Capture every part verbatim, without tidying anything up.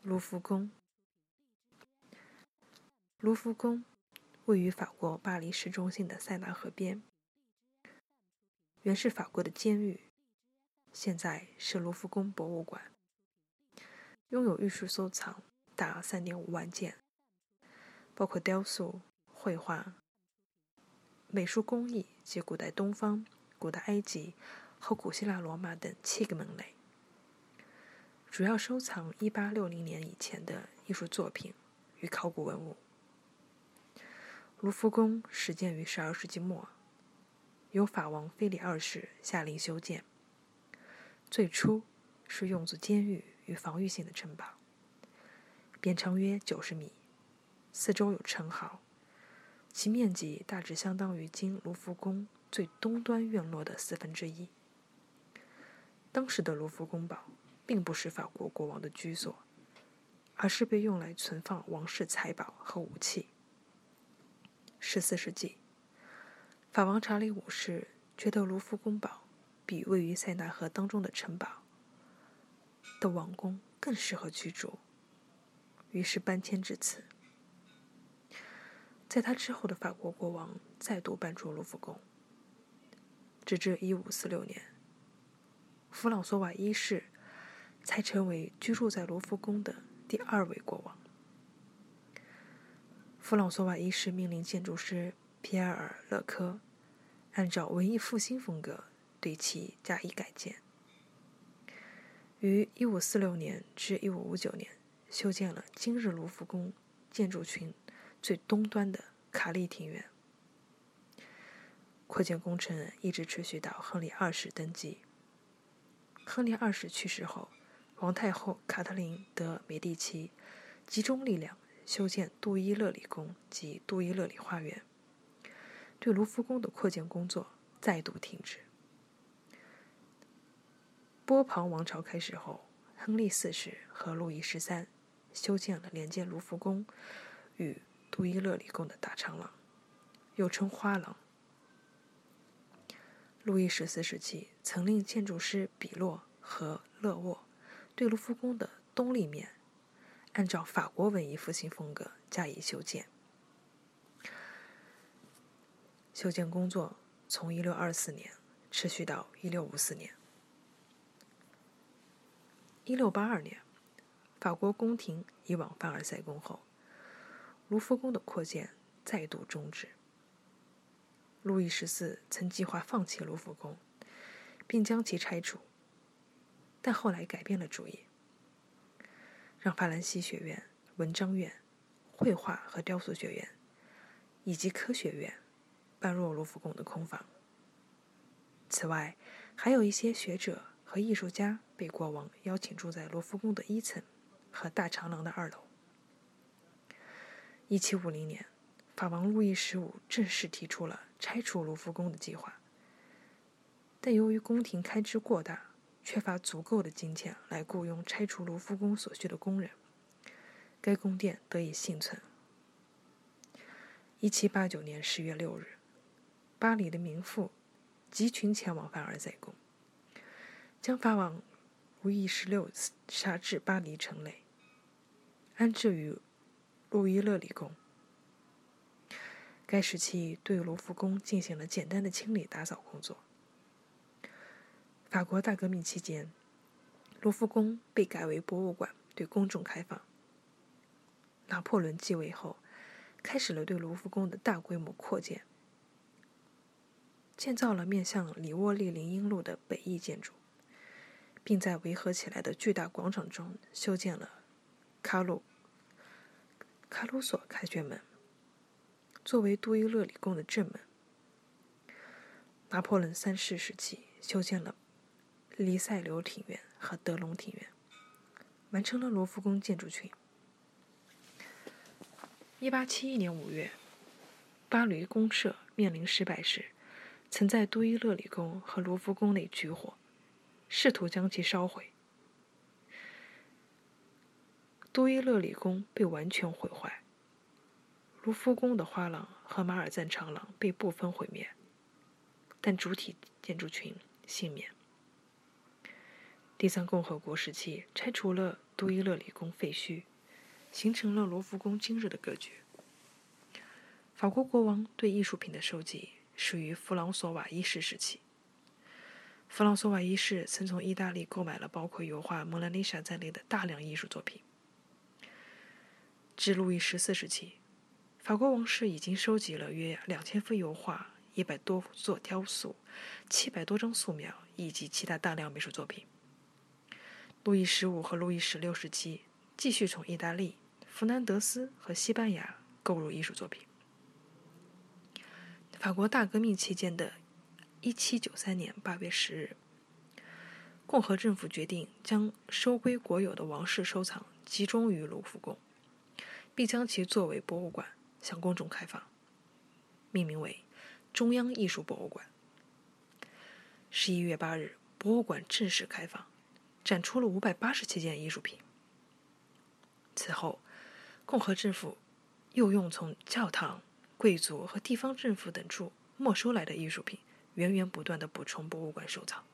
卢浮宫。卢浮宫位于法国巴黎市中心的塞纳河边，原是法国的监狱，现在是卢浮宫博物馆，拥有艺术收藏达 三点五万件，包括雕塑、绘画、美术工艺及古代东方、古代埃及和古希腊罗马等七个门类，主要收藏一八六零年以前的艺术作品与考古文物。卢浮宫始建于十二世纪末，由法王腓力二世下令修建，最初是用作监狱与防御性的城堡，边长约九十米，四周有城壕，其面积大致相当于今卢浮宫最东端院落的四分之一。当时的卢浮宫堡并不是法国国王的居所，而是被用来存放王室财宝和武器。十四世纪，法王查理五世觉得卢浮宫堡比位于塞纳河当中的城堡的王宫更适合居住，于是搬迁至此。在他之后的法国国王再度搬出卢浮宫，直至一五四六年，弗朗索瓦一世才成为居住在卢浮宫的第二位国王。弗朗索瓦一世命令建筑师皮埃尔·勒科按照文艺复兴风格对其加以改建，于一五四六年至一五五九年修建了今日卢浮宫建筑群最东端的卡利庭院。扩建工程一直持续到亨利二世登基。亨利二世去世后，皇太后卡特琳·德·美第奇集中力量修建杜伊勒里宫及杜伊勒里花园，对卢浮宫的扩建工作再度停止。波旁王朝开始后，亨利四世和路易十三修建了连接卢浮宫与杜伊勒里宫的大长廊，又称花廊。路易十四时期曾令建筑师比洛和勒沃对卢浮宫的东立面按照法国文艺复兴风格加以修建。修建工作从一六二四年持续到一六五四年。一六八二年，法国宫廷移往凡尔赛宫后，卢浮宫的扩建再度终止。路易十四曾计划放弃卢浮宫，并将其拆除，但后来改变了主意，让法兰西学院、文章院、绘画和雕塑学院以及科学院搬入卢浮宫的空房。此外，还有一些学者和艺术家被国王邀请住在卢浮宫的一层和大长廊的二楼。一七五零年，法王路易十五正式提出了拆除卢浮宫的计划，但由于宫廷开支过大，缺乏足够的金钱来雇佣拆除卢浮宫所需的工人，该宫殿得以幸存。一七八九年十月六日，巴黎的民妇集群前往凡尔赛宫，将法王路易十六杀至巴黎城内，安置于路易勒里宫。该时期对卢浮宫进行了简单的清理打扫工作。法国大革命期间，卢浮宫被改为博物馆，对公众开放。拿破仑继位后，开始了对卢浮宫的大规模扩建，建造了面向里沃利林荫路的北翼建筑，并在围合起来的巨大广场中修建了卡鲁卡鲁索凯旋门，作为杜伊勒里宫的正门。拿破仑三世时期修建了黎塞留庭院和德隆庭院，完成了卢浮宫建筑群。一八七一年五月，巴黎公社面临失败时，曾在杜伊勒里宫和卢浮宫内举火，试图将其烧毁。杜伊勒里宫被完全毁坏，卢浮宫的花廊和马尔赞长廊被部分毁灭，但主体建筑群幸免。 第三共和国时期拆除了都伊勒里宫废墟，形成了罗浮宫今日的格局。法国国王对艺术品的收集始于弗朗索瓦一世时期。弗朗索瓦一世曾从意大利购买了包括油画《蒙娜丽莎》在内的大量艺术作品。至路易十四时期，法国王室已经收集了约两千幅油画、一百多座雕塑、七百多张素描以及其他大量美术作品。路易十五和路易十六时期继续从意大利、弗兰德斯和西班牙购入艺术作品。法国大革命期间的一七九三年八月十日，共和政府决定将收归国有的王室收藏集中于卢浮宫，并将其作为博物馆向公众开放，命名为中央艺术博物馆。十一月八日，博物馆正式开放，展出了五百八十七件艺术品。此后，共和政府又用从教堂、贵族和地方政府等处没收来的艺术品，源源不断地补充博物馆收藏。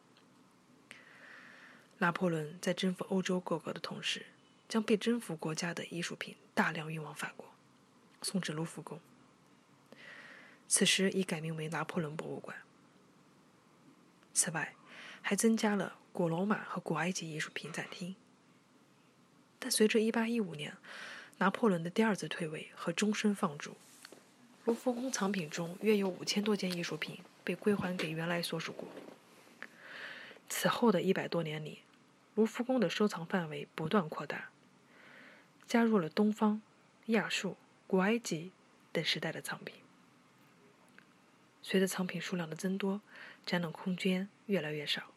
拿破仑在征服欧洲各国的同时，将被征服国家的艺术品大量运往法国，送至卢浮宫。此时已改名为拿破仑博物馆。此外，还增加了古罗马和古埃及艺术品展厅。但随着一八一五年拿破仑的第二次退位和终身放逐，卢浮宫藏品中约有五千多件艺术品被归还给原来所属国。此后的一百多年里，卢浮宫的收藏范围不断扩大，加入了东方、亚述、古埃及等时代的藏品。随着藏品数量的增多，展览空间越来越少。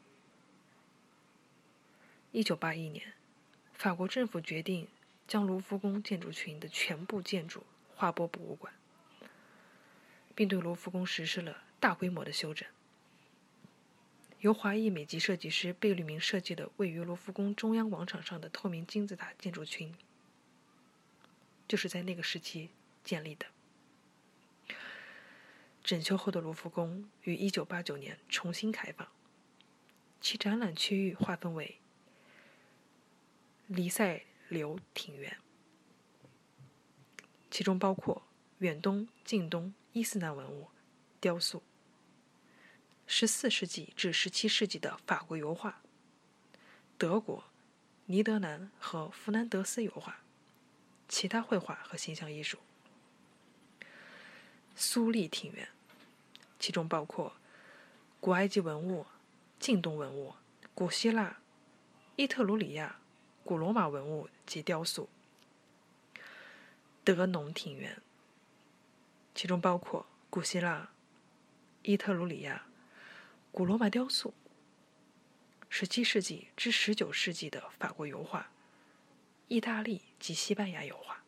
一九八一年，法国政府决定将卢浮宫建筑群的全部建筑划拨博物馆，并对卢浮宫实施了大规模的修整。由华裔美籍设计师贝聿铭设计的位于卢浮宫中央广场上的透明金字塔建筑群，就是在那个时期建立的。整修后的卢浮宫于一九八九年重新开放，其展览区域划分为黎塞留庭园，其中包括远东、近东、伊斯兰文物、雕塑、十四世纪至十七世纪的法国油画、德国、尼德兰和弗兰德斯油画、其他绘画和形象艺术。苏利庭园，其中包括古埃及文物、近东文物、古希腊、伊特鲁里亚、古罗马文物及雕塑。德农庭园，其中包括古希腊、伊特鲁里亚、古罗马雕塑、十七世纪至十九世纪的法国油画、意大利及西班牙油画。